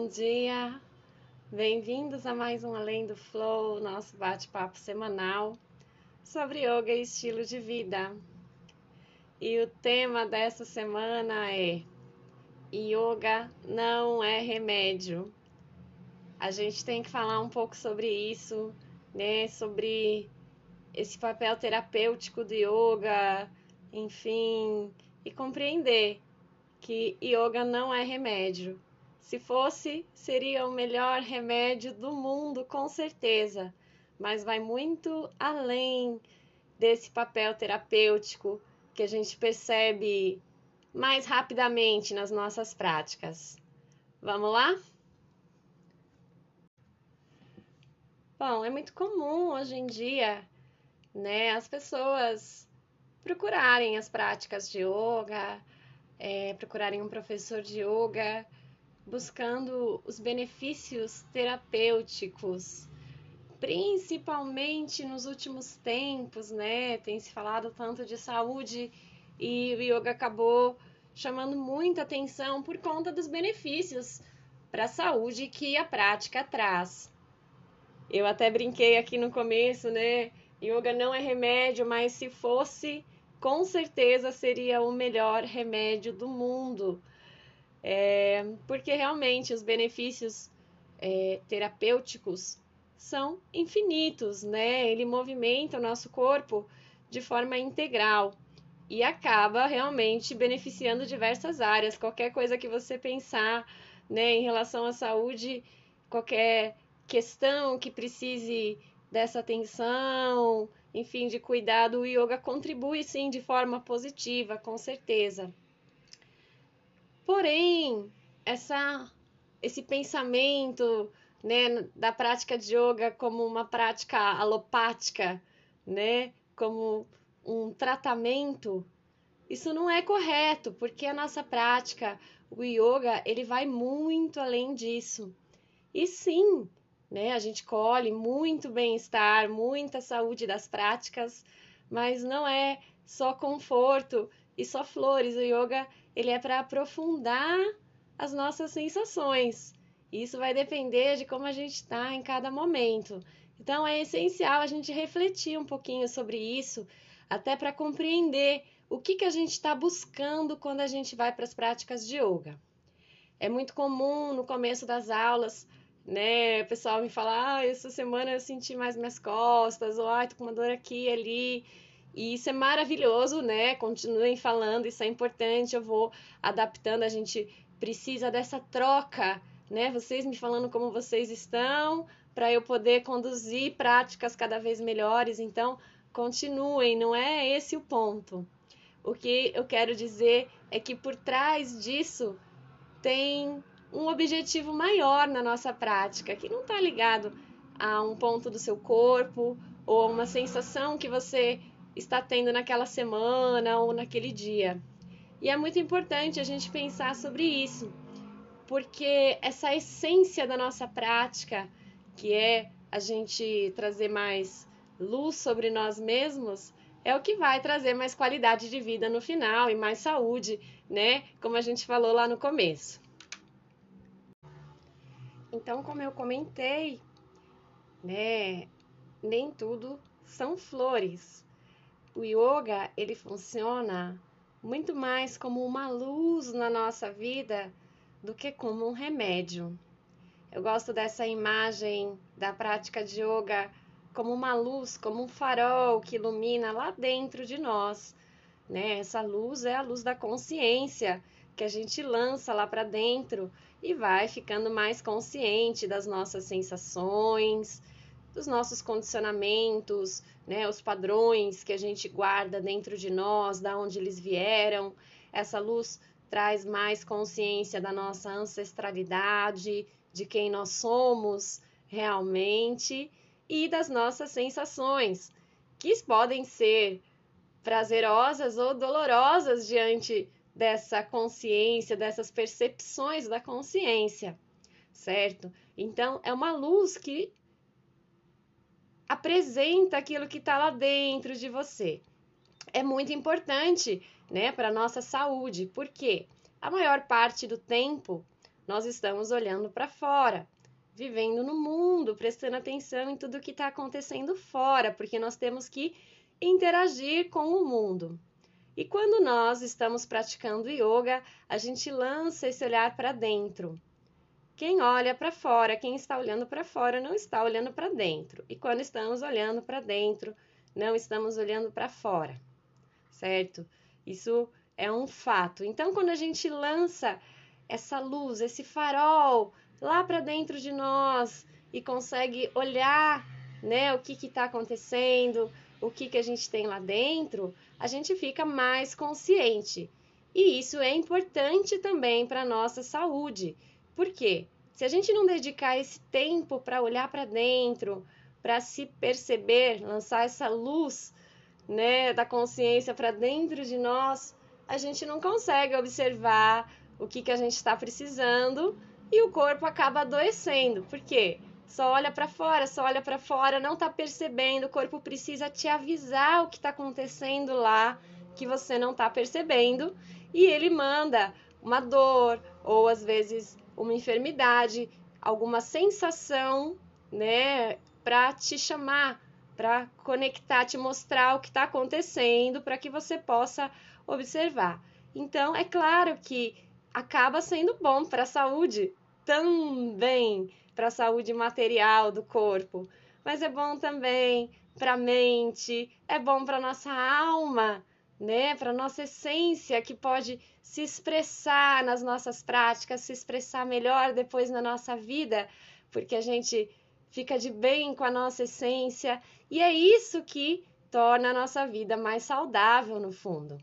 bom dia! Bem-vindos a mais um Além do Flow, nosso bate-papo semanal sobre yoga e estilo de vida. E o tema dessa semana é: Yoga não é remédio. A gente tem que falar um pouco sobre isso, né? Sobre esse papel terapêutico do yoga, enfim, e compreender que yoga não é remédio. Se fosse, seria o melhor remédio do mundo, com certeza, mas vai muito além desse papel terapêutico que a gente percebe mais rapidamente nas nossas práticas. Vamos lá? Bom, é muito comum hoje em dia, né, as pessoas procurarem as práticas de yoga, procurarem um professor de yoga, buscando os benefícios terapêuticos, principalmente nos últimos tempos, né? Tem se falado tanto de saúde e o yoga acabou chamando muita atenção por conta dos benefícios para a saúde que a prática traz. Eu até brinquei aqui no começo, né? Yoga não é remédio, mas se fosse, com certeza seria o melhor remédio do mundo. Porque realmente os benefícios terapêuticos são infinitos, né? Ele movimenta o nosso corpo de forma integral e acaba realmente beneficiando diversas áreas. Qualquer coisa que você pensar, né, em relação à saúde, qualquer questão que precise dessa atenção, enfim, de cuidado, o yoga contribui sim de forma positiva, com certeza. Porém, esse pensamento, né, da prática de yoga como uma prática alopática, né, como um tratamento, isso não é correto, porque a nossa prática, o yoga, ele vai muito além disso. E sim, né, a gente colhe muito bem-estar, muita saúde das práticas, mas não é só conforto e só flores. O yoga, ele é para aprofundar as nossas sensações. Isso vai depender de como a gente está em cada momento. Então é essencial a gente refletir um pouquinho sobre isso, até para compreender o que a gente está buscando quando a gente vai para as práticas de yoga. É muito comum no começo das aulas, né, o pessoal me falar, essa semana eu senti mais minhas costas, ou tô com uma dor aqui e ali. E isso é maravilhoso, né? Continuem falando, isso é importante, eu vou adaptando, a gente precisa dessa troca, né? Vocês me falando como vocês estão, para eu poder conduzir práticas cada vez melhores. Então, continuem, não é esse o ponto. O que eu quero dizer é que por trás disso tem um objetivo maior na nossa prática, que não está ligado a um ponto do seu corpo ou a uma sensação que você está tendo naquela semana ou naquele dia. E é muito importante a gente pensar sobre isso, porque essa essência da nossa prática, que é a gente trazer mais luz sobre nós mesmos, é o que vai trazer mais qualidade de vida no final e mais saúde, né? Como a gente falou lá no começo. Então, como eu comentei, né, nem tudo são flores. O yoga, ele funciona muito mais como uma luz na nossa vida do que como um remédio. Eu gosto dessa imagem da prática de yoga como uma luz, como um farol que ilumina lá dentro de nós, né? Essa luz é a luz da consciência que a gente lança lá para dentro e vai ficando mais consciente das nossas sensações, dos nossos condicionamentos, né? Os padrões que a gente guarda dentro de nós, da onde eles vieram. Essa luz traz mais consciência da nossa ancestralidade, de quem nós somos realmente e das nossas sensações, que podem ser prazerosas ou dolorosas diante dessa consciência, dessas percepções da consciência, certo? Então, é uma luz que apresenta aquilo que está lá dentro de você. É muito importante, né, para a nossa saúde, porque a maior parte do tempo nós estamos olhando para fora, vivendo no mundo, prestando atenção em tudo que está acontecendo fora, porque nós temos que interagir com o mundo. E quando nós estamos praticando yoga, a gente lança esse olhar para dentro. Quem olha para fora, quem está olhando para fora, não está olhando para dentro. E quando estamos olhando para dentro, não estamos olhando para fora, certo? Isso é um fato. Então, quando a gente lança essa luz, esse farol lá para dentro de nós e consegue olhar, né, o que está acontecendo, o que a gente tem lá dentro, a gente fica mais consciente. E isso é importante também para a nossa saúde. Por quê? Se a gente não dedicar esse tempo para olhar para dentro, para se perceber, lançar essa luz, né, da consciência para dentro de nós, a gente não consegue observar o que a gente está precisando e o corpo acaba adoecendo. Por quê? Só olha para fora, não está percebendo, o corpo precisa te avisar o que está acontecendo lá, que você não está percebendo, e ele manda uma dor, ou às vezes uma enfermidade, alguma sensação, né, para te chamar, para conectar, te mostrar o que está acontecendo, para que você possa observar. Então, é claro que acaba sendo bom para a saúde também, para a saúde material do corpo, mas é bom também para a mente, é bom para a nossa alma, né? Para a nossa essência, que pode se expressar nas nossas práticas, se expressar melhor depois na nossa vida, porque a gente fica de bem com a nossa essência, e é isso que torna a nossa vida mais saudável, no fundo.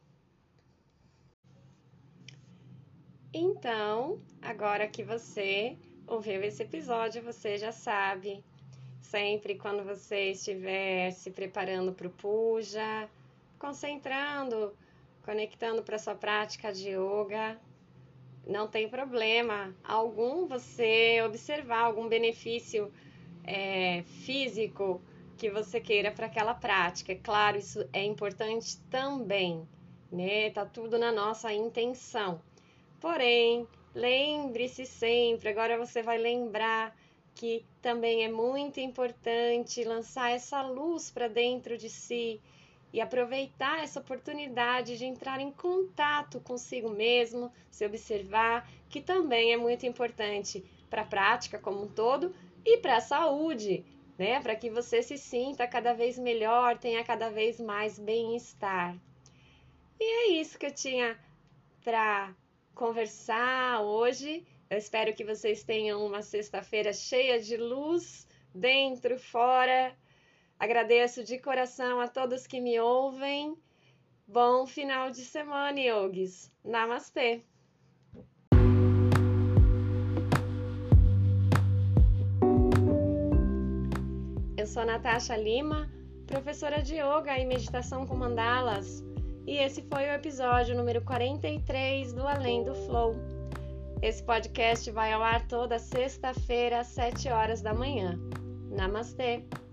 Então, agora que você ouviu esse episódio, você já sabe, sempre quando você estiver se preparando para o puja, concentrando, conectando para a sua prática de yoga, não tem problema algum você observar algum benefício físico que você queira para aquela prática. Claro, isso é importante também, né? Tá tudo na nossa intenção. Porém, lembre-se sempre, agora você vai lembrar que também é muito importante lançar essa luz para dentro de si e aproveitar essa oportunidade de entrar em contato consigo mesmo, se observar, que também é muito importante para a prática como um todo e para a saúde, né? Para que você se sinta cada vez melhor, tenha cada vez mais bem-estar. E é isso que eu tinha para conversar hoje. Eu espero que vocês tenham uma sexta-feira cheia de luz, dentro, fora. Agradeço de coração a todos que me ouvem. Bom final de semana, yogis. Namastê! Eu sou Natasha Lima, professora de yoga e meditação com mandalas. E esse foi o episódio número 43 do Além do Flow. Esse podcast vai ao ar toda sexta-feira às 7 horas da manhã. Namastê!